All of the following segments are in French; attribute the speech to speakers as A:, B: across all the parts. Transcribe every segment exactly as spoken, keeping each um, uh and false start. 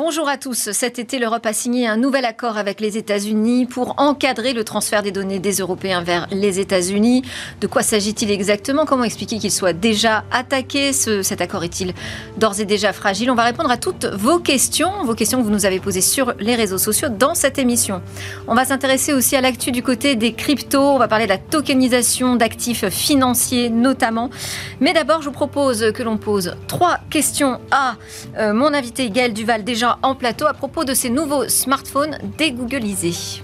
A: Bonjour à tous. Cet été, l'Europe a signé un nouvel accord avec les États-Unis pour encadrer le transfert des données des Européens vers les États-Unis. De quoi s'agit-il exactement? Comment expliquer qu'il soit déjà attaqué? Ce, Cet accord est-il d'ores et déjà fragile? On va répondre à toutes vos questions, vos questions que vous nous avez posées sur les réseaux sociaux dans cette émission. On va s'intéresser aussi à l'actu du côté des cryptos. On va parler de la tokenisation d'actifs financiers notamment. Mais d'abord, je vous propose que l'on pose trois questions à euh, mon invité Gaël Duval, déjà en plateau, à propos de ces nouveaux smartphones dégoogelisés.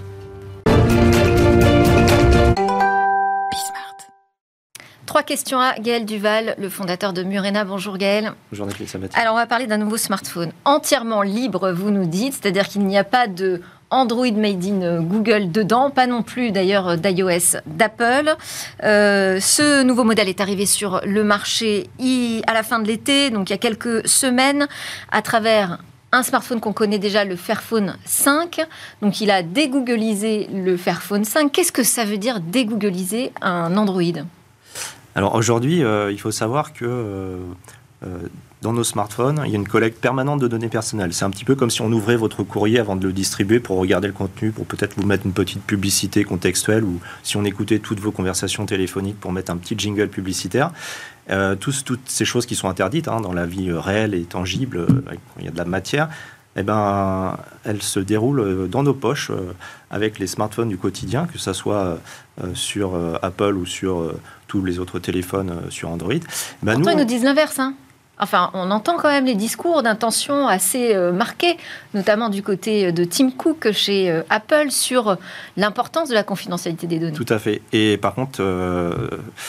A: Trois questions à Gaël Duval, le fondateur de Murena. Bonjour Gaël.
B: Bonjour Nathalie.
A: Alors on va parler d'un nouveau smartphone entièrement libre, vous nous dites, c'est-à-dire qu'il n'y a pas de Android made in Google dedans, pas non plus d'ailleurs d'iOS d'Apple. Euh, ce nouveau modèle est arrivé sur le marché à la fin de l'été, donc il y a quelques semaines, à travers un smartphone qu'on connaît déjà, le Fairphone cinq. Donc il a dégoogelisé le Fairphone cinq. Qu'est-ce que ça veut dire dégoogliser un Android ?
B: Alors aujourd'hui, euh, il faut savoir que euh, euh, dans nos smartphones, il y a une collecte permanente de données personnelles. C'est un petit peu comme si on ouvrait votre courrier avant de le distribuer pour regarder le contenu, pour peut-être vous mettre une petite publicité contextuelle, ou si on écoutait toutes vos conversations téléphoniques pour mettre un petit jingle publicitaire. Euh, tous, toutes ces choses qui sont interdites hein, dans la vie réelle et tangible, euh, quand il y a de la matière, eh ben, elles se déroulent dans nos poches euh, avec les smartphones du quotidien, que ce soit euh, sur euh, Apple ou sur euh, tous les autres téléphones euh, sur Android.
A: Ben, Pourtant, nous, ils nous disent l'inverse, hein. Enfin, on entend quand même les discours d'intention assez euh, marqués, notamment du côté de Tim Cook chez euh, Apple, sur l'importance de la confidentialité des données.
B: Tout à fait. Et par contre, euh,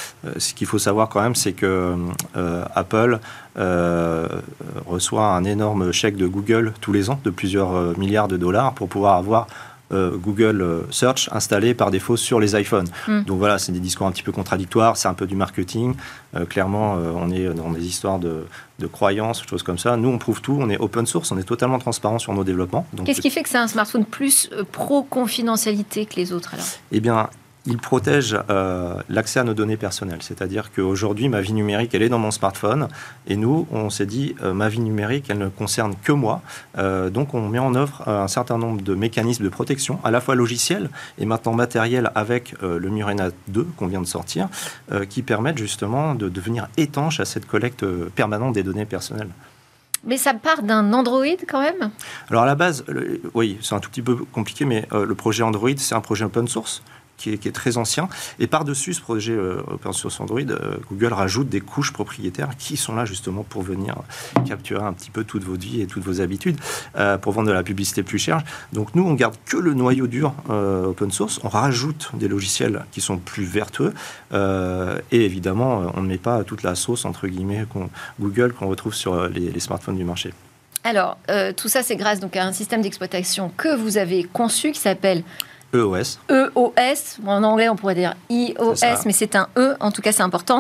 B: ce qu'il faut savoir quand même, c'est que euh, Apple euh, reçoit un énorme chèque de Google tous les ans, de plusieurs milliards de dollars, pour pouvoir avoir Euh, Google Search installé par défaut sur les iPhones. Mm. Donc voilà, c'est des discours un petit peu contradictoires, c'est un peu du marketing. Euh, clairement, euh, on est dans des histoires de, de croyances, choses comme ça. Nous, on prouve tout, on est open source, on est totalement transparent sur nos développements. Donc,
A: qu'est-ce qui fait que c'est un smartphone plus pro-confidentialité que les autres alors ?
B: Eh bien, il protège euh, l'accès à nos données personnelles. C'est-à-dire qu'aujourd'hui, ma vie numérique, elle est dans mon smartphone. Et nous, on s'est dit, euh, ma vie numérique, elle ne concerne que moi. Euh, donc, on met en œuvre euh, un certain nombre de mécanismes de protection, à la fois logiciels et maintenant matériels avec euh, le Murena deux qu'on vient de sortir, euh, qui permettent justement de devenir étanche à cette collecte euh, permanente des données personnelles.
A: Mais ça part d'un Android quand même ?
B: Alors, à la base, le, oui, c'est un tout petit peu compliqué, mais euh, le projet Android, c'est un projet open source. Qui est, qui est très ancien. Et par-dessus ce projet euh, open source Android, euh, Google rajoute des couches propriétaires qui sont là justement pour venir capturer un petit peu toute votre vie et toutes vos habitudes, euh, pour vendre de la publicité plus chère. Donc nous, on garde que le noyau dur euh, open source. On rajoute des logiciels qui sont plus vertueux. Euh, et évidemment, on ne met pas toute la sauce, entre guillemets, qu'on, Google qu'on retrouve sur les, les smartphones du marché.
A: Alors, euh, tout ça, c'est grâce donc, à un système d'exploitation que vous avez conçu qui s'appelle
B: E O S.
A: E O S. En anglais, on pourrait dire I O S, mais c'est un E. En tout cas, c'est important.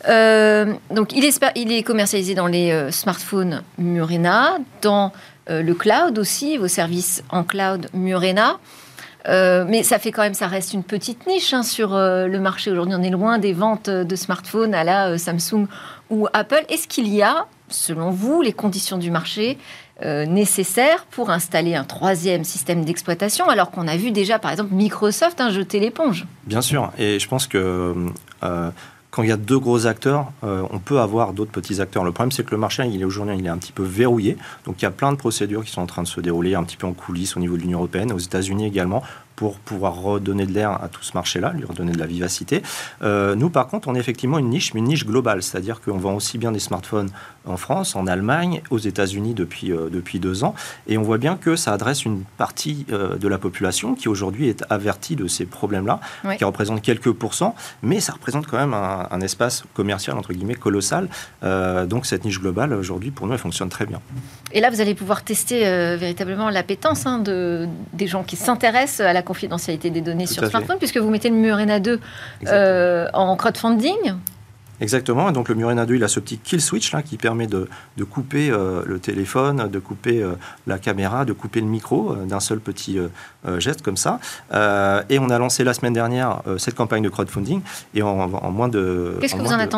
A: Euh, donc, il est, il est commercialisé dans les euh, smartphones Murena, dans euh, le cloud aussi, vos services en cloud Murena. Euh, mais ça fait quand même, ça reste une petite niche hein, sur euh, le marché. Aujourd'hui, on est loin des ventes de smartphones à la euh, Samsung ou Apple. Est-ce qu'il y a, selon vous, les conditions du marché Euh, nécessaires pour installer un troisième système d'exploitation, alors qu'on a vu déjà, par exemple, Microsoft hein, jeter l'éponge ?
B: Bien sûr, et je pense que euh, quand il y a deux gros acteurs, euh, on peut avoir d'autres petits acteurs. Le problème, c'est que le marché, il est aujourd'hui, il est un petit peu verrouillé. Donc, il y a plein de procédures qui sont en train de se dérouler un petit peu en coulisses au niveau de l'Union européenne, aux États-Unis également, pour pouvoir redonner de l'air à tout ce marché-là, lui redonner de la vivacité. Euh, nous, par contre, on est effectivement une niche, mais une niche globale. C'est-à-dire qu'on vend aussi bien des smartphones en France, en Allemagne, aux États-Unis depuis, euh, depuis deux ans. Et on voit bien que ça adresse une partie euh, de la population qui, aujourd'hui, est avertie de ces problèmes-là, oui. qui représente quelques pourcents, mais ça représente quand même un, un espace commercial, entre guillemets, colossal. Euh, donc, cette niche globale, aujourd'hui, pour nous, elle fonctionne très bien.
A: Et là, vous allez pouvoir tester euh, véritablement l'appétence hein, de, des gens qui s'intéressent à la confidentialité des données Tout sur smartphone, puisque vous mettez le Murena deux euh, en crowdfunding.
B: Exactement, et donc le Murena deux, il a ce petit kill switch là, qui permet de, de couper euh, le téléphone, de couper euh, la caméra, de couper le micro euh, d'un seul petit euh, geste comme ça. Euh, et on a lancé la semaine dernière euh, cette campagne de crowdfunding, et en, en moins de...
A: Qu'est-ce
B: en
A: que vous en
B: de,
A: attendez ?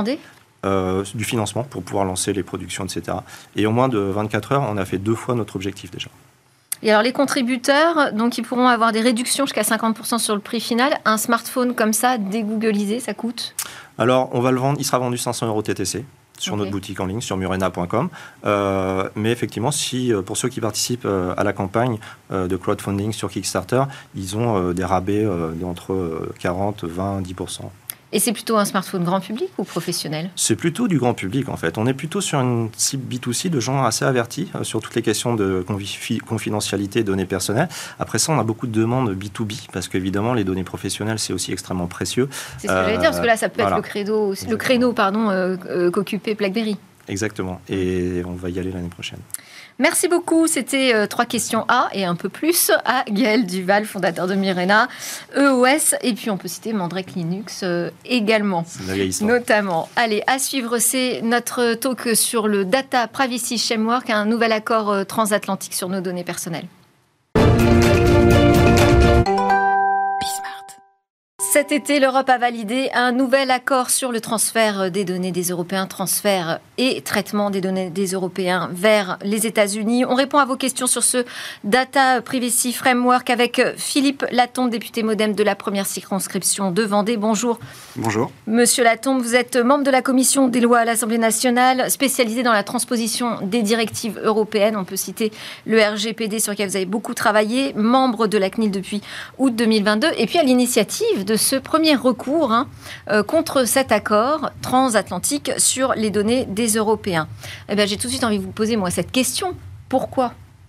B: euh, du financement pour pouvoir lancer les productions, et cetera. Et en moins de vingt-quatre heures, on a fait deux fois notre objectif déjà.
A: Et alors les contributeurs, donc ils pourront avoir des réductions jusqu'à cinquante pour cent sur le prix final. Un smartphone comme ça, dégooglisé, ça coûte ?
B: Alors on va le vendre, il sera vendu cinq cents euros T T C. Sur okay. notre boutique en ligne, sur murena point com. Euh, mais effectivement, si, pour ceux qui participent euh, à la campagne euh, de crowdfunding sur Kickstarter, ils ont euh, des rabais euh, d'entre euh, quarante, vingt, dix pour cent.
A: Et c'est plutôt un smartphone grand public ou professionnel ?
B: C'est plutôt du grand public, en fait. On est plutôt sur une cible B deux C de gens assez avertis euh, sur toutes les questions de confi- confidentialité et données personnelles. Après ça, on a beaucoup de demandes B deux B, parce qu'évidemment, les données professionnelles, c'est aussi extrêmement précieux.
A: C'est ce que euh, j'allais dire, parce que là, ça peut voilà. être le, credo, le créneau pardon, euh, euh, qu'occupait BlackBerry.
B: Exactement. Et on va y aller l'année prochaine.
A: Merci beaucoup. C'était euh, trois questions A et un peu plus à Gaël Duval, fondateur de Murena, E O S. Et puis, on peut citer Mandrake Linux euh, également.
B: C'est la vieille histoire.
A: Notamment. Allez, à suivre, c'est notre talk sur le Data Privacy Framework, un nouvel accord euh, transatlantique sur nos données personnelles. Cet été, l'Europe a validé un nouvel accord sur le transfert des données des Européens, transfert et traitement des données des Européens vers les États-Unis. On répond à vos questions sur ce Data Privacy Framework avec Philippe Latombe, député MoDem de la première circonscription de Vendée. Bonjour.
C: Bonjour.
A: Monsieur Latombe, vous êtes membre de la commission des lois à l'Assemblée nationale, spécialisé dans la transposition des directives européennes. On peut citer le R G P D sur lequel vous avez beaucoup travaillé, membre de la C N I L depuis août deux mille vingt-deux, et puis à l'initiative de ce premier recours hein, euh, contre cet accord transatlantique sur les données des Européens. Eh bien, j'ai tout de suite envie de vous poser, moi, cette question. Pourquoi ?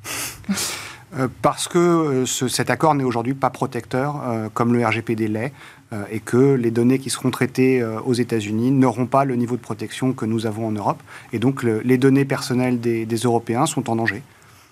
C: euh, Parce que euh, ce, cet accord n'est aujourd'hui pas protecteur, euh, comme le R G P D l'est, euh, et que les données qui seront traitées euh, aux États-Unis n'auront pas le niveau de protection que nous avons en Europe. Et donc, le, les données personnelles des, des Européens sont en danger.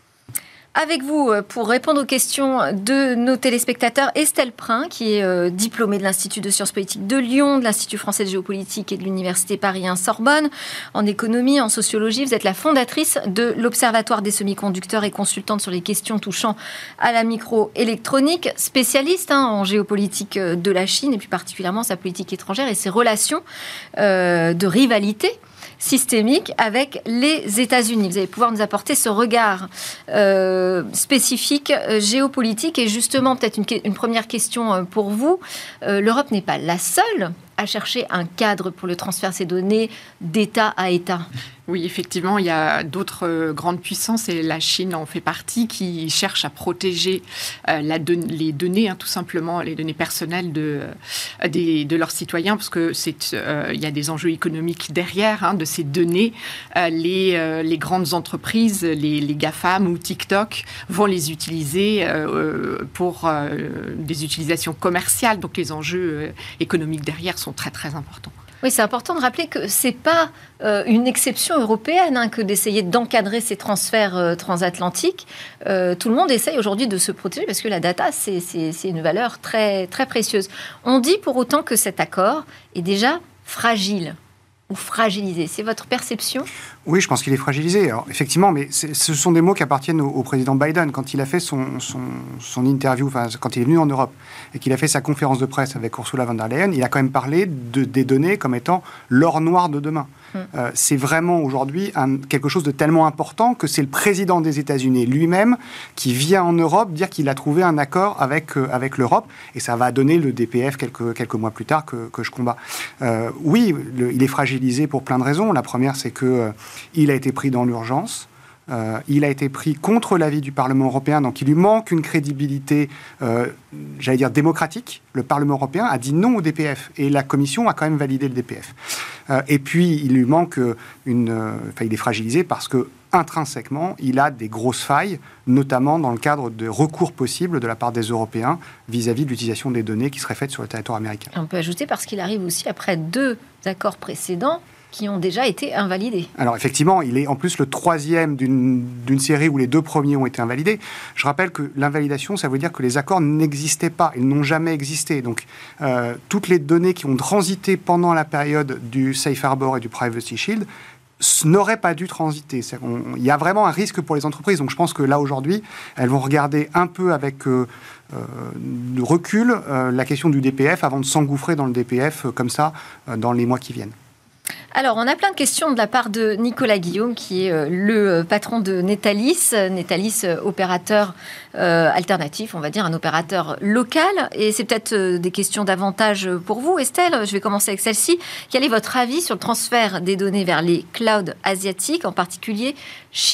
A: Avec vous, pour répondre aux questions de nos téléspectateurs, Estelle Prin, qui est euh, diplômée de l'Institut de sciences politiques de Lyon, de l'Institut français de géopolitique et de l'Université Paris un Sorbonne, en économie, en sociologie. Vous êtes la fondatrice de l'Observatoire des semi-conducteurs et consultante sur les questions touchant à la microélectronique, spécialiste hein, en géopolitique de la Chine, et plus particulièrement sa politique étrangère et ses relations euh, de rivalité systémique avec les États-Unis. Vous allez pouvoir nous apporter ce regard euh, spécifique euh, géopolitique. Et justement, peut-être une, une première question euh, pour vous. Euh, L'Europe n'est pas la seule à chercher un cadre pour le transfert de ces données d'État à État.
D: Oui, effectivement, il y a d'autres euh, grandes puissances, et la Chine en fait partie, qui cherchent à protéger euh, la don- les données, hein, tout simplement, les données personnelles de, euh, des, de leurs citoyens, parce que c'est, euh, il y a des enjeux économiques derrière hein, de ces données. Euh, les, euh, les grandes entreprises, les, les GAFAM ou TikTok, vont les utiliser euh, pour euh, des utilisations commerciales, donc les enjeux euh, économiques derrière sont très très importants.
A: Oui, c'est important de rappeler que ce n'est pas euh, une exception européenne hein, que d'essayer d'encadrer ces transferts euh, transatlantiques. Euh, tout le monde essaye aujourd'hui de se protéger parce que la data, c'est, c'est, c'est une valeur très, très précieuse. On dit pour autant que cet accord est déjà fragile ou fragilisé. C'est votre perception ?
C: Oui, je pense qu'il est fragilisé. Alors, effectivement, mais ce sont des mots qui appartiennent au, au président Biden. Quand il a fait son, son, son interview, enfin, quand il est venu en Europe et qu'il a fait sa conférence de presse avec Ursula von der Leyen, il a quand même parlé de, des données comme étant l'or noir de demain. Mmh. Euh, c'est vraiment aujourd'hui un, quelque chose de tellement important que c'est le président des États-Unis lui-même qui vient en Europe dire qu'il a trouvé un accord avec, euh, avec l'Europe, et ça va donner le D P F quelques, quelques mois plus tard que, que je combats. Euh, oui, le, il est fragilisé pour plein de raisons. La première, c'est que euh, il a été pris dans l'urgence. Euh, il a été pris contre l'avis du Parlement européen, donc il lui manque une crédibilité, euh, j'allais dire démocratique. Le Parlement européen a dit non au D P F et la Commission a quand même validé le D P F. Euh, et puis il lui manque une, euh, enfin il est fragilisé parce que intrinsèquement il a des grosses failles, notamment dans le cadre de recours possibles de la part des Européens vis-à-vis de l'utilisation des données qui seraient faites sur le territoire américain.
A: On peut ajouter parce qu'il arrive aussi après deux accords précédents qui ont déjà été invalidés.
C: Alors effectivement, il est en plus le troisième d'une, d'une série où les deux premiers ont été invalidés. Je rappelle que l'invalidation, ça veut dire que les accords n'existaient pas, ils n'ont jamais existé. Donc euh, toutes les données qui ont transité pendant la période du Safe Harbor et du Privacy Shield n'auraient pas dû transiter. Il y a vraiment un risque pour les entreprises. Donc je pense que là, aujourd'hui, elles vont regarder un peu avec euh, euh, de recul euh, la question du D P F avant de s'engouffrer dans le D P F euh, comme ça euh, dans les mois qui viennent.
A: Alors, on a plein de questions de la part de Nicolas Guillaume, qui est le patron de Netalis. Netalis, opérateur euh, alternatif, on va dire, un opérateur local. Et c'est peut-être des questions davantage pour vous, Estelle. Je vais commencer avec celle-ci. Quel est votre avis sur le transfert des données vers les clouds asiatiques, en particulier chinois ?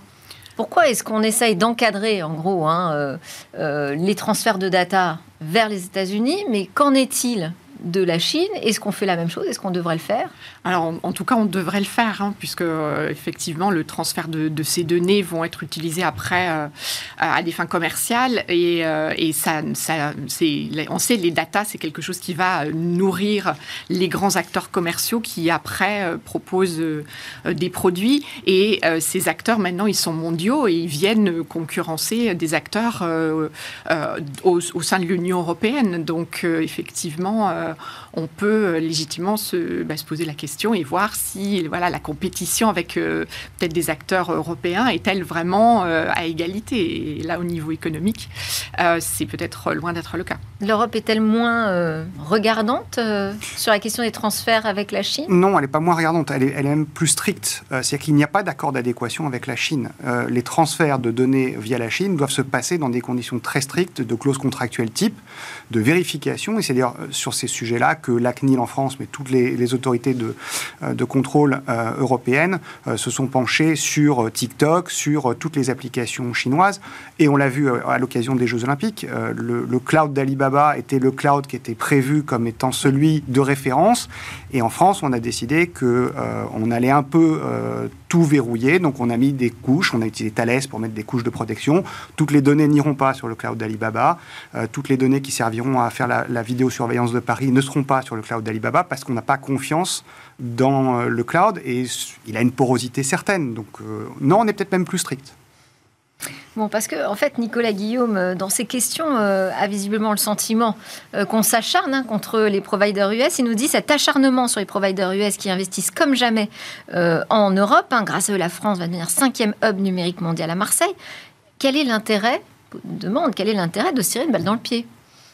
A: Pourquoi est-ce qu'on essaye d'encadrer, en gros, hein, euh, euh, les transferts de data vers les États-Unis ? Mais qu'en est-il de la Chine? Est-ce qu'on fait la même chose? Est-ce qu'on devrait le faire?
D: Alors, en, en tout cas, on devrait le faire, hein, puisque euh, effectivement, le transfert de, de ces données vont être utilisés après euh, à des fins commerciales, et, euh, et ça, ça, c'est, on sait, les data, c'est quelque chose qui va nourrir les grands acteurs commerciaux qui après euh, proposent euh, des produits, et euh, ces acteurs maintenant, ils sont mondiaux et ils viennent concurrencer des acteurs euh, euh, au, au sein de l'Union européenne. Donc, euh, effectivement. Euh, on peut légitimement se, bah, se poser la question et voir si voilà, la compétition avec euh, peut-être des acteurs européens est-elle vraiment euh, à égalité. Et là, au niveau économique, euh, c'est peut-être loin d'être le cas.
A: L'Europe est-elle moins euh, regardante euh, sur la question des transferts avec la Chine?
C: Non, elle n'est pas moins regardante, elle est, elle est même plus stricte. Euh, c'est-à-dire qu'il n'y a pas d'accord d'adéquation avec la Chine. Euh, les transferts de données via la Chine doivent se passer dans des conditions très strictes de clauses contractuelles type, de vérification, et c'est d'ailleurs sur ces sujets-là que l'A C N I L en France, mais toutes les, les autorités de, de contrôle euh, européennes euh, se sont penchées sur TikTok, sur euh, toutes les applications chinoises. Et on l'a vu euh, à l'occasion des Jeux Olympiques. Euh, le, le cloud d'Alibaba était le cloud qui était prévu comme étant celui de référence. Et en France, on a décidé qu'on euh, allait un peu euh, tout verrouiller. Donc on a mis des couches, on a utilisé Thales pour mettre des couches de protection. Toutes les données n'iront pas sur le cloud d'Alibaba. Euh, toutes les données qui serviront à faire la, la vidéosurveillance de Paris ne seront pas sur le cloud d'Alibaba parce qu'on n'a pas confiance dans le cloud et il a une porosité certaine. Donc euh, non, on est peut-être même plus strict.
A: Bon, parce que en fait, Nicolas Guillaume, dans ses questions, euh, a visiblement le sentiment euh, qu'on s'acharne hein, contre les providers U S. Il nous dit cet acharnement sur les providers U S qui investissent comme jamais euh, en Europe. Hein, grâce à eux, la France va devenir cinquième hub numérique mondial à Marseille. Quel est l'intérêt, demande, quel est l'intérêt de se tirer une balle dans le pied?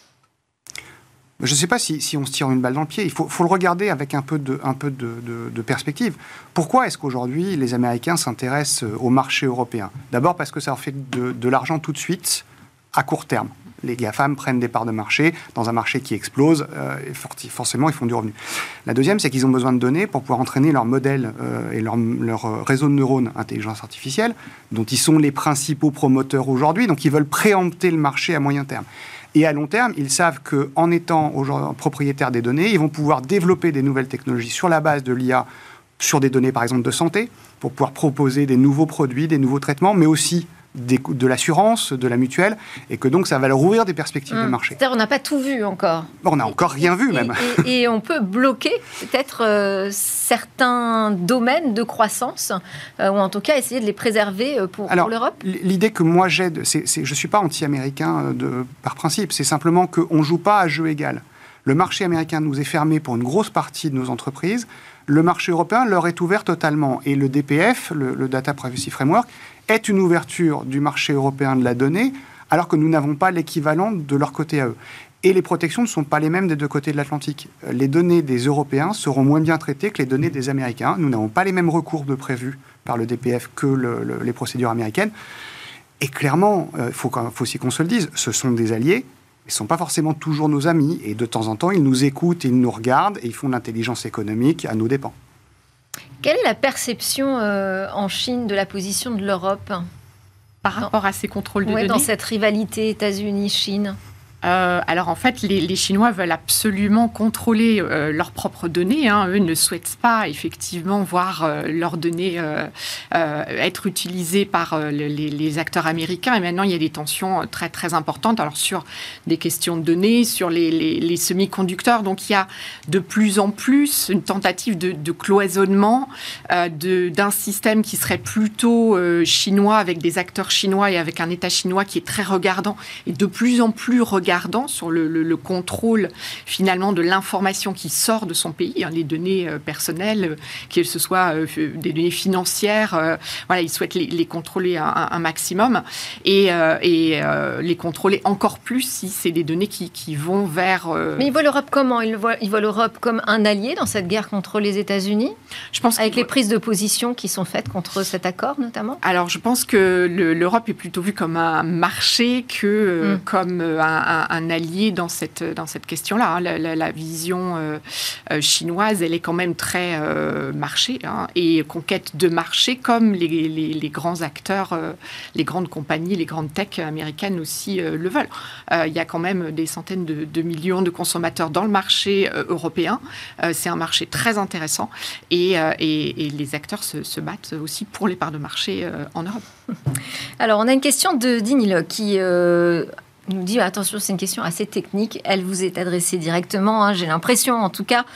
C: Je ne sais pas si, si on se tire une balle dans le pied. Il faut, faut le regarder avec un peu, de, un peu de, de, de perspective. Pourquoi est-ce qu'aujourd'hui, les Américains s'intéressent au marché européen? D'abord parce que ça leur fait de, de l'argent tout de suite, à court terme. Les GAFAM prennent des parts de marché dans un marché qui explose, euh, et forcément, ils font du revenu. La deuxième, c'est qu'ils ont besoin de données pour pouvoir entraîner leur modèle euh, et leur, leur réseau de neurones intelligence artificielle, dont ils sont les principaux promoteurs aujourd'hui. Donc, ils veulent préempter le marché à moyen terme. Et à long terme, ils savent qu'en étant propriétaires des données, ils vont pouvoir développer des nouvelles technologies sur la base de l'I A, sur des données, par exemple, de santé, pour pouvoir proposer des nouveaux produits, des nouveaux traitements, mais aussi des, de l'assurance, de la mutuelle, et que donc ça va leur ouvrir des perspectives mmh. de marché.
A: C'est-à-dire on n'a pas tout vu encore.
C: Bon, on n'a encore rien vu,
A: et,
C: même.
A: Et, et on peut bloquer peut-être euh, certains domaines de croissance, euh, ou en tout cas essayer de les préserver pour,
C: Alors,
A: pour l'Europe.
C: L'idée que moi j'ai, c'est, c'est, je ne suis pas anti-américain de, par principe, c'est simplement qu'on ne joue pas à jeu égal. Le marché américain nous est fermé pour une grosse partie de nos entreprises. Le marché européen leur est ouvert totalement. Et le D P F, le, le Data Privacy Framework, est une ouverture du marché européen de la donnée, alors que nous n'avons pas l'équivalent de leur côté à eux. Et les protections ne sont pas les mêmes des deux côtés de l'Atlantique. Les données des Européens seront moins bien traitées que les données des Américains. Nous n'avons pas les mêmes recours de prévus par le D P F que le, le, les procédures américaines. Et clairement, il euh, faut, faut aussi qu'on se le dise, ce sont des alliés. Ils ne sont pas forcément toujours nos amis. Et de temps en temps, ils nous écoutent, ils nous regardent et ils font de l'intelligence économique à nos dépens.
A: Quelle est la perception euh, en Chine de la position de l'Europe
D: par rapport dans, à ces contrôles de
A: ouais,
D: données
A: dans cette rivalité États-Unis-Chine?
D: Euh, alors en fait, les, les Chinois veulent absolument contrôler euh, leurs propres données. Hein. Eux ne souhaitent pas effectivement voir euh, leurs données euh, euh, être utilisées par euh, les, les acteurs américains. Et maintenant, il y a des tensions très très importantes. Alors sur des questions de données, sur les, les, les semi-conducteurs. Donc il y a de plus en plus une tentative de, de cloisonnement euh, de, d'un système qui serait plutôt euh, chinois, avec des acteurs chinois et avec un État chinois qui est très regardant et de plus en plus regardant regardant sur le, le, le contrôle finalement de l'information qui sort de son pays, hein, les données euh, personnelles, que ce soit euh, des données financières, euh, voilà, ils souhaitent les, les contrôler un, un maximum et, euh, et euh, les contrôler encore plus si c'est des données qui, qui vont vers... Euh...
A: Mais ils voient l'Europe comment ? Ils voient, ils voient l'Europe comme un allié dans cette guerre contre les États-Unis ? Je pense avec les prises de position qui sont faites contre cet accord, notamment ?
D: Alors, je pense que le, l'Europe est plutôt vue comme un marché que euh, mm. comme un, un, un allié dans cette, dans cette question-là. Hein. La, la, la vision euh, chinoise, elle est quand même très euh, marché, hein, et conquête de marché, comme les, les, les grands acteurs, euh, les grandes compagnies, les grandes tech américaines aussi euh, le veulent. Euh, il y a quand même des centaines de, de millions de consommateurs dans le marché euh, européen. Euh, c'est un marché très intéressant et, euh, et, et les acteurs se, se battent aussi pour les parts de marché euh, en Europe.
A: Alors, on a une question de Dinil qui euh, nous dit, attention, c'est une question assez technique, elle vous est adressée directement, hein, j'ai l'impression en tout cas.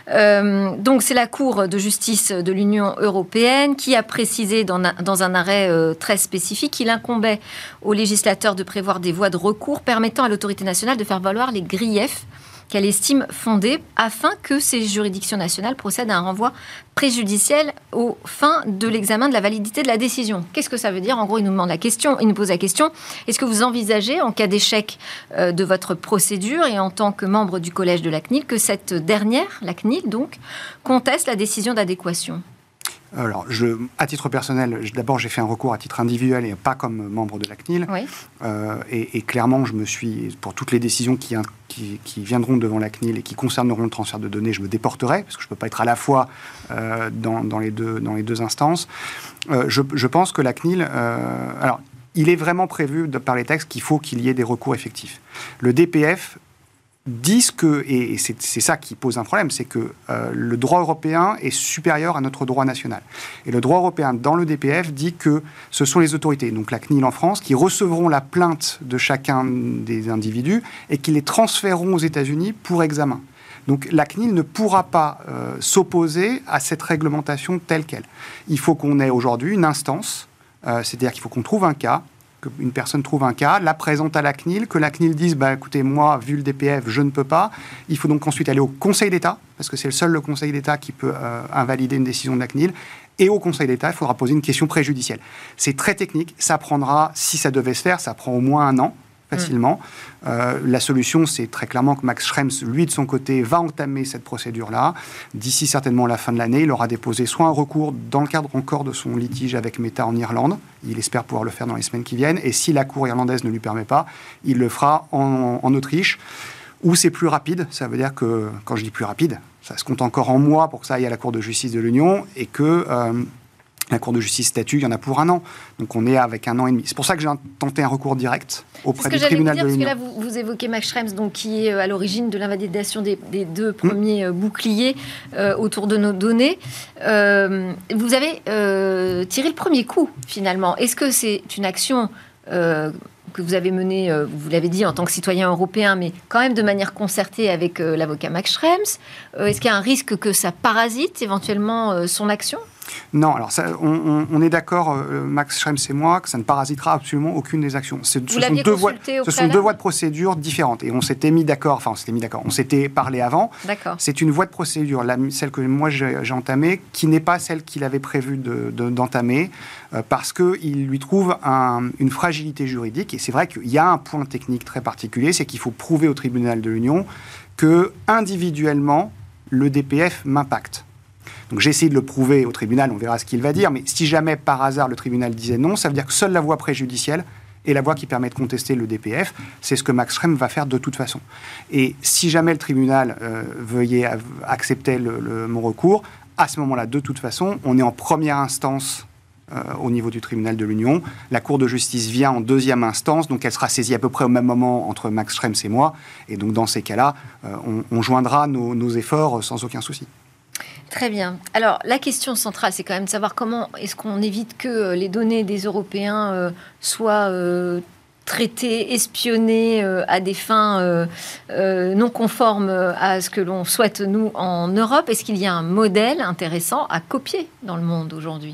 A: Euh, donc, c'est la Cour de justice de l'Union européenne qui a précisé dans, dans un arrêt euh, très spécifique qu'il incombait aux législateurs de prévoir des voies de recours permettant à l'autorité nationale de faire valoir les griefs qu'elle estime fondés afin que ces juridictions nationales procèdent à un renvoi préjudiciel aux fins de l'examen de la validité de la décision. Qu'est-ce que ça veut dire ? En gros, il nous demande la question, il nous pose la question, est-ce que vous envisagez, en cas d'échec euh, de votre procédure et en tant que membre du collège de la C N I L, que cette dernière, la C N I L donc, conteste la décision d'adéquation ?
C: Alors, je, à titre personnel, je, d'abord, j'ai fait un recours à titre individuel et pas comme membre de la C N I L.
A: Oui.
C: Euh, et, et clairement, je me suis, pour toutes les décisions qui, qui, qui viendront devant la C N I L et qui concerneront le transfert de données, je me déporterai, parce que je ne peux pas être à la fois euh, dans, dans, les deux, dans les deux instances. Euh, je, je pense que la C N I L... Euh, alors, il est vraiment prévu de, par les textes qu'il faut qu'il y ait des recours effectifs. Le D P F disent que, et c'est, c'est ça qui pose un problème, c'est que euh, le droit européen est supérieur à notre droit national. Et le droit européen, dans le D P F, dit que ce sont les autorités, donc la C N I L en France, qui recevront la plainte de chacun des individus et qui les transféreront aux États-Unis pour examen. Donc la C N I L ne pourra pas euh, s'opposer à cette réglementation telle qu'elle. Il faut qu'on ait aujourd'hui une instance, euh, c'est-à-dire qu'il faut qu'on trouve un cas, qu'une personne trouve un cas, la présente à la C N I L, que la C N I L dise bah, « écoutez, moi, vu le D P F, je ne peux pas ». Il faut donc ensuite aller au Conseil d'État, parce que c'est le seul le Conseil d'État qui peut euh, invalider une décision de la C N I L. Et au Conseil d'État, il faudra poser une question préjudicielle. C'est très technique, ça prendra, si ça devait se faire, ça prend au moins un an, facilement. Mmh. Euh, la solution, c'est très clairement que Max Schrems, lui, de son côté, va entamer cette procédure-là. D'ici certainement la fin de l'année, il aura déposé soit un recours dans le cadre encore de son litige avec Meta en Irlande. Il espère pouvoir le faire dans les semaines qui viennent. Et si la Cour irlandaise ne lui permet pas, il le fera en, en Autriche, où c'est plus rapide. Ça veut dire que, quand je dis plus rapide, ça se compte encore en mois pour que ça aille à la Cour de justice de l'Union et que... Euh, la Cour de justice statue, il y en a pour un an. Donc on est avec un an et demi. C'est pour ça que j'ai tenté un recours direct auprès du tribunal de l'Union.
A: Parce que là, vous, vous évoquez Max Schrems, donc, qui est à l'origine de l'invalidation des, des deux premiers mmh. boucliers euh, autour de nos données. Euh, vous avez euh, tiré le premier coup, finalement. Est-ce que c'est une action... Euh, que vous avez menée, euh, vous l'avez dit, en tant que citoyen européen, mais quand même de manière concertée avec euh, l'avocat Max Schrems. Euh, est-ce qu'il y a un risque que ça parasite éventuellement euh, son action ?
C: Non, alors ça, on, on, on est d'accord, euh, Max Schrems et moi, que ça ne parasitera absolument aucune des actions. C'est,
A: Vous
C: ce sont, deux voies, ce sont deux voies de procédure différentes. Et on s'était mis d'accord, enfin on s'était mis d'accord, on s'était parlé avant.
A: D'accord.
C: C'est une voie de procédure, la, celle que moi j'ai, j'ai entamée, qui n'est pas celle qu'il avait prévu de, de, d'entamer, euh, parce qu'il lui trouve un, une fragilité juridique. Et c'est vrai qu'il y a un point technique très particulier, c'est qu'il faut prouver au tribunal de l'Union que, individuellement, le D P F m'impacte. Donc j'ai essayé de le prouver au tribunal, on verra ce qu'il va dire, mais si jamais par hasard le tribunal disait non, ça veut dire que seule la voie préjudicielle est la voie qui permet de contester le D P F. C'est ce que Max Schrems va faire de toute façon. Et si jamais le tribunal euh, veuillait accepter le, le, mon recours, à ce moment-là, de toute façon, on est en première instance euh, au niveau du tribunal de l'Union. La Cour de justice vient en deuxième instance, donc elle sera saisie à peu près au même moment entre Max Schrems et moi. Et donc dans ces cas-là, euh, on, on joindra nos, nos efforts sans aucun souci.
A: Très bien. Alors, la question centrale, c'est quand même de savoir comment est-ce qu'on évite que les données des Européens euh, soient euh, traitées, espionnées euh, à des fins euh, euh, non conformes à ce que l'on souhaite, nous, en Europe. Est-ce qu'il y a un modèle intéressant à copier dans le monde aujourd'hui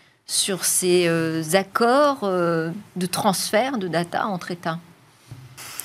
A: sur ces euh, accords euh, de transfert de data entre États ?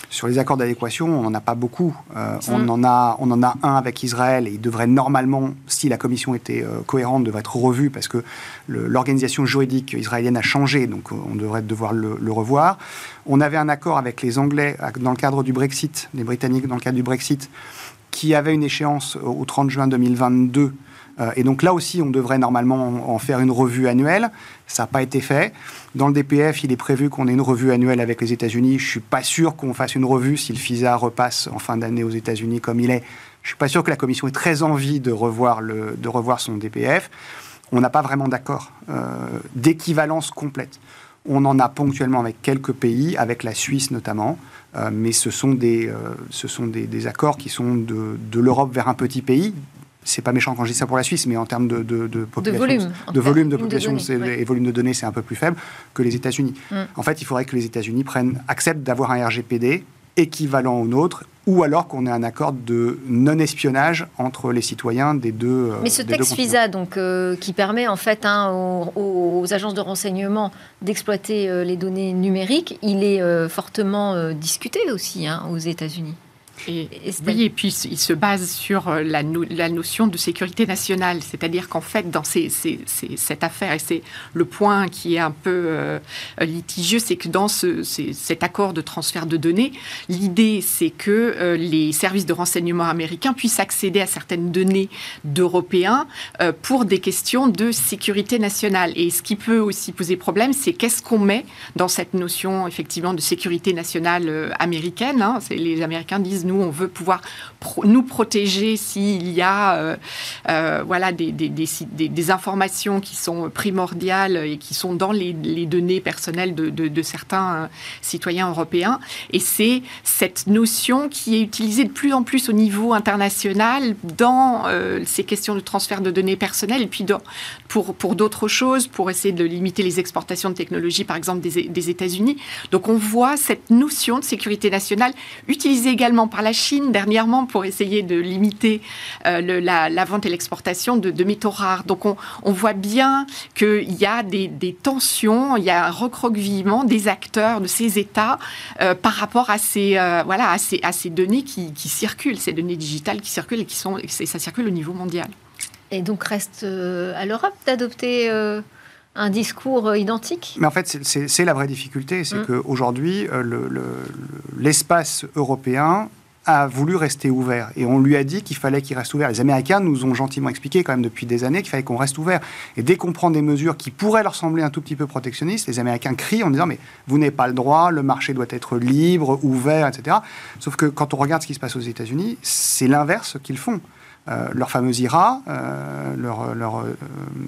C: Sur les accords d'adéquation, on n'en a pas beaucoup. Euh, mmh. on, en a, on en a un avec Israël et il devrait normalement, si la commission était euh, cohérente, devrait être revu parce que le, l'organisation juridique israélienne a changé, donc on devrait devoir le, le revoir. On avait un accord avec les Anglais dans le cadre du Brexit, les Britanniques dans le cadre du Brexit, qui avait une échéance au trente juin deux mille vingt-deux. Euh, et donc là aussi, on devrait normalement en faire une revue annuelle. Ça n'a pas été fait. Dans le D P F, il est prévu qu'on ait une revue annuelle avec les États-Unis. Je ne suis pas sûr qu'on fasse une revue si le FISA repasse en fin d'année aux États-Unis comme il est. Je ne suis pas sûr que la Commission ait très envie de revoir, le, de revoir son D P F. On n'a pas vraiment d'accord euh, d'équivalence complète. On en a ponctuellement avec quelques pays, avec la Suisse notamment, euh, mais ce sont, des, euh, ce sont des, des accords qui sont de, de l'Europe vers un petit pays. C'est pas méchant quand je dis ça pour la Suisse, mais en termes de, de, de population,
A: de volume,
C: de, volume de population
A: de données, ouais.
C: et volume de données, c'est un peu plus faible que les États-Unis. Mm. En fait, il faudrait que les États-Unis prennent, acceptent d'avoir un R G P D équivalent au nôtre, ou alors qu'on ait un accord de non-espionnage entre les citoyens des deux.
A: Mais ce texte FISA, donc, euh, qui permet en fait hein, aux, aux agences de renseignement d'exploiter euh, les données numériques, il est euh, fortement euh, discuté aussi hein, aux États-Unis.
D: Et, oui, et puis il se base sur la, no, la notion de sécurité nationale, c'est-à-dire qu'en fait, dans ces, ces, ces, cette affaire, et c'est le point qui est un peu euh, litigieux, c'est que dans ce, ces, cet accord de transfert de données, l'idée, c'est que euh, les services de renseignement américains puissent accéder à certaines données d'Européens euh, pour des questions de sécurité nationale. Et ce qui peut aussi poser problème, c'est qu'est-ce qu'on met dans cette notion, effectivement, de sécurité nationale euh, américaine. Hein, c'est, les Américains disent nous, on veut pouvoir pro- nous protéger s'il y a euh, euh, voilà, des, des, des, des, des informations qui sont primordiales et qui sont dans les, les données personnelles de, de, de certains euh, citoyens européens. Et c'est cette notion qui est utilisée de plus en plus au niveau international dans euh, ces questions de transfert de données personnelles et puis dans, pour, pour d'autres choses, pour essayer de limiter les exportations de technologies, par exemple, des, des États-Unis. Donc, on voit cette notion de sécurité nationale utilisée également par la Chine dernièrement pour essayer de limiter euh, le, la, la vente et l'exportation de, de métaux rares. Donc on, on voit bien qu'il y a des, des tensions, il y a un recroquevillement des acteurs de ces États euh, par rapport à ces, euh, voilà, à ces, à ces données qui, qui circulent, ces données digitales qui circulent et qui sont, et ça circule au niveau mondial.
A: Et donc reste euh, à l'Europe d'adopter euh, un discours identique ?
C: Mais en fait, c'est, c'est, c'est la vraie difficulté, c'est mmh. qu'aujourd'hui, euh, le, le, l'espace européen a voulu rester ouvert. Et on lui a dit qu'il fallait qu'il reste ouvert. Les Américains nous ont gentiment expliqué quand même depuis des années qu'il fallait qu'on reste ouvert. Et dès qu'on prend des mesures qui pourraient leur sembler un tout petit peu protectionnistes, les Américains crient en disant « mais vous n'avez pas le droit, le marché doit être libre, ouvert, et cetera » Sauf que quand on regarde ce qui se passe aux États-Unis, c'est l'inverse qu'ils font. Euh, leur fameuse I R A, euh, leur, leur euh,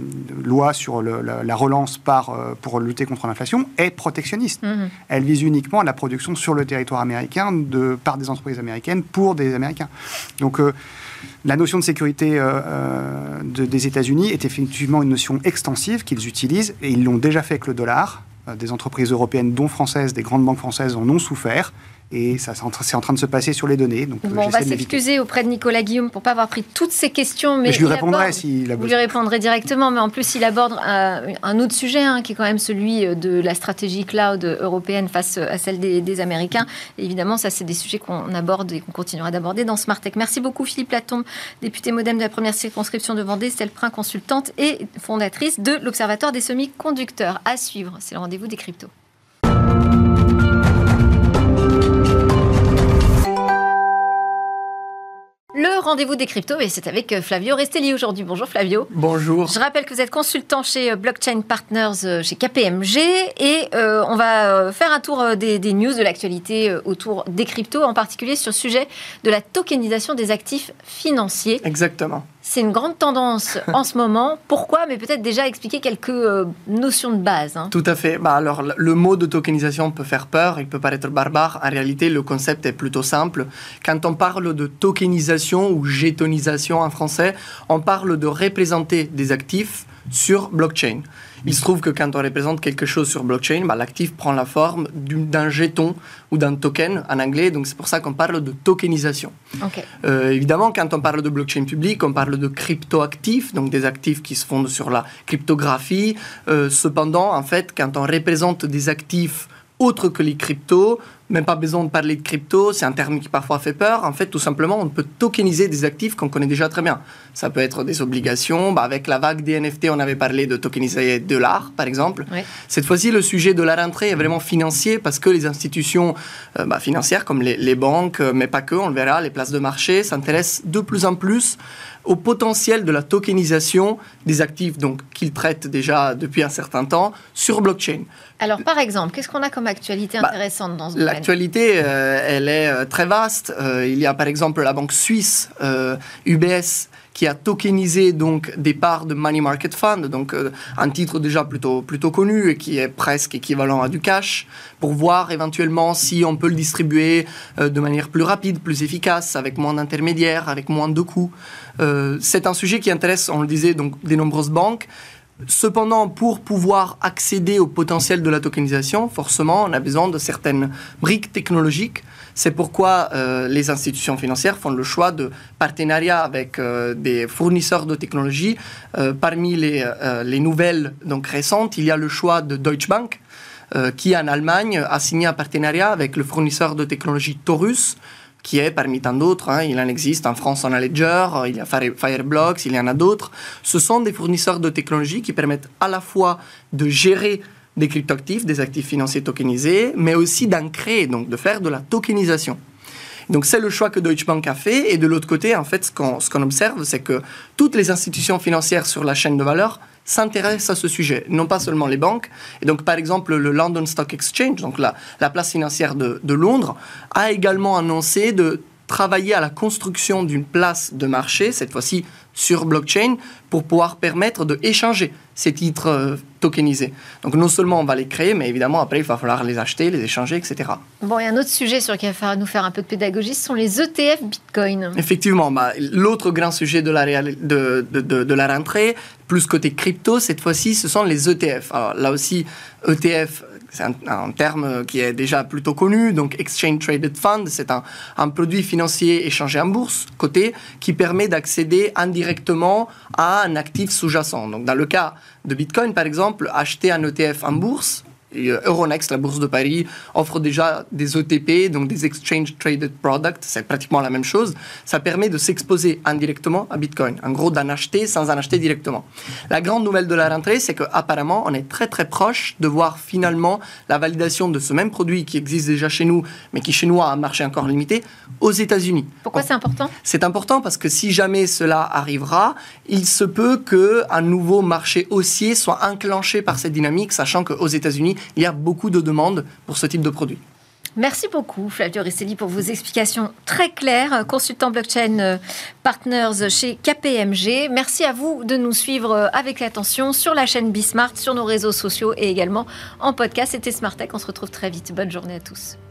C: loi sur le, la, la relance par, euh, pour lutter contre l'inflation, est protectionniste. Mmh. Elle vise uniquement la production sur le territoire américain de, par des entreprises américaines pour des Américains. Donc, euh, la notion de sécurité euh, de, des États-Unis est effectivement une notion extensive qu'ils utilisent, et ils l'ont déjà fait avec le dollar. Euh, des entreprises européennes, dont françaises, des grandes banques françaises en ont souffert. Et ça, c'est en train de se passer sur les données. Donc,
A: bon, on va s'excuser auprès de Nicolas Guillaume pour ne pas avoir pris toutes ces questions. Mais,
C: mais je lui répondrai s'il a besoin.
A: Vous lui répondrez directement, mais en plus, il aborde un, un autre sujet, hein, qui est quand même celui de la stratégie cloud européenne face à celle des, des Américains. Et évidemment, ça, c'est des sujets qu'on aborde et qu'on continuera d'aborder dans Smart Tech. Merci beaucoup, Philippe Latombe, député MoDem de la première circonscription de Vendée, Estelle Prin, consultante et fondatrice de l'Observatoire des semi-conducteurs. À suivre, c'est le rendez-vous des cryptos. Le rendez-vous des cryptos, et c'est avec Flavio Restelli aujourd'hui. Bonjour Flavio.
E: Bonjour.
A: Je rappelle que vous êtes consultant chez Blockchain Partners, chez K P M G, et euh, on va faire un tour des, des news de l'actualité autour des cryptos, en particulier sur le sujet de la tokenisation des actifs financiers.
E: Exactement.
A: C'est une grande tendance en ce moment. Pourquoi ? Mais peut-être déjà expliquer quelques euh, notions de base. Hein.
E: Tout à fait. Bah alors, le mot de tokenisation peut faire peur, il peut paraître barbare. En réalité, le concept est plutôt simple. Quand on parle de tokenisation ou jétonisation en français, on parle de représenter des actifs sur blockchain. Il se trouve que quand on représente quelque chose sur blockchain, bah, l'actif prend la forme d'un jeton ou d'un token en anglais, donc c'est pour ça qu'on parle de tokenisation.
A: Okay.
E: Euh, évidemment, quand on parle de blockchain public, on parle de crypto-actifs, donc des actifs qui se fondent sur la cryptographie. Euh, cependant, en fait, quand on représente des actifs autres que les cryptos. Même pas besoin de parler de crypto, c'est un terme qui parfois fait peur. En fait, tout simplement, on peut tokeniser des actifs qu'on connaît déjà très bien. Ça peut être des obligations. Bah, avec la vague des N F T, on avait parlé de tokeniser de l'art, par exemple. Oui. Cette fois-ci, le sujet de la rentrée est vraiment financier parce que les institutions euh, bah, financières, comme les, les banques, mais pas que, on le verra, les places de marché, s'intéressent de plus en plus au potentiel de la tokenisation des actifs, donc qu'ils traitent déjà depuis un certain temps, sur blockchain.
A: Alors, par exemple, qu'est-ce qu'on a comme actualité intéressante bah, dans ce domaine ?
E: L'actualité, euh, elle est euh, très vaste. Euh, il y a par exemple la banque suisse euh, U B S qui a tokenisé donc des parts de money market fund, donc euh, un titre déjà plutôt plutôt connu et qui est presque équivalent à du cash, pour voir éventuellement si on peut le distribuer euh, de manière plus rapide, plus efficace, avec moins d'intermédiaires, avec moins de coûts. Euh, c'est un sujet qui intéresse, on le disait, donc des nombreuses banques. Cependant, pour pouvoir accéder au potentiel de la tokenisation, forcément, on a besoin de certaines briques technologiques. C'est pourquoi euh, les institutions financières font le choix de partenariats avec euh, des fournisseurs de technologies. Euh, parmi les, euh, les nouvelles donc, récentes, il y a le choix de Deutsche Bank, euh, qui en Allemagne a signé un partenariat avec le fournisseur de technologie Taurus, qui est parmi tant d'autres, hein, il en existe en France, on a Ledger, il y a Fireblocks, il y en a d'autres. Ce sont des fournisseurs de technologies qui permettent à la fois de gérer des cryptoactifs, des actifs financiers tokenisés, mais aussi d'en créer, donc de faire de la tokenisation. Donc c'est le choix que Deutsche Bank a fait, et de l'autre côté, en fait, ce qu'on, ce qu'on observe, c'est que toutes les institutions financières sur la chaîne de valeur s'intéressent à ce sujet, non pas seulement les banques. Et donc, par exemple, le London Stock Exchange, donc la, la place financière de, de Londres, a également annoncé de travailler à la construction d'une place de marché, cette fois-ci sur blockchain, pour pouvoir permettre d'échanger ces titres euh, tokenisés. Donc non seulement on va les créer, mais évidemment après il va falloir les acheter, les échanger, et cetera.
A: Bon, il y a un autre sujet sur lequel il va falloir nous faire un peu de pédagogie, ce sont les E T F Bitcoin.
E: Effectivement, bah, l'autre grand sujet de la, réal... de, de, de, de la rentrée, plus côté crypto, cette fois-ci, ce sont les E T F. Alors là aussi, E T F, c'est un, un terme qui est déjà plutôt connu, donc Exchange Traded Fund, c'est un, un produit financier échangé en bourse, coté, qui permet d'accéder indirectement à un actif sous-jacent. Donc dans le cas de Bitcoin, par exemple, acheter un E T F en bourse, et Euronext, la bourse de Paris, offre déjà des E T P, donc des Exchange Traded Products, c'est pratiquement la même chose. Ça permet de s'exposer indirectement à Bitcoin. En gros, d'en acheter sans en acheter directement. La grande nouvelle de la rentrée, c'est qu'apparemment, on est très très proche de voir finalement la validation de ce même produit qui existe déjà chez nous, mais qui chez nous a un marché encore limité, aux États-Unis.
A: Pourquoi c'est important ?
E: C'est important parce que si jamais cela arrivera, il se peut qu'un nouveau marché haussier soit enclenché par cette dynamique, sachant qu'aux États-Unis, il y a beaucoup de demandes pour ce type de produit.
A: Merci beaucoup, Flavio Ristelli, pour vos explications très claires. Consultant blockchain partners chez K P M G. Merci à vous de nous suivre avec attention sur la chaîne Bismart, sur nos réseaux sociaux et également en podcast. C'était Smart Tech. On se retrouve très vite. Bonne journée à tous.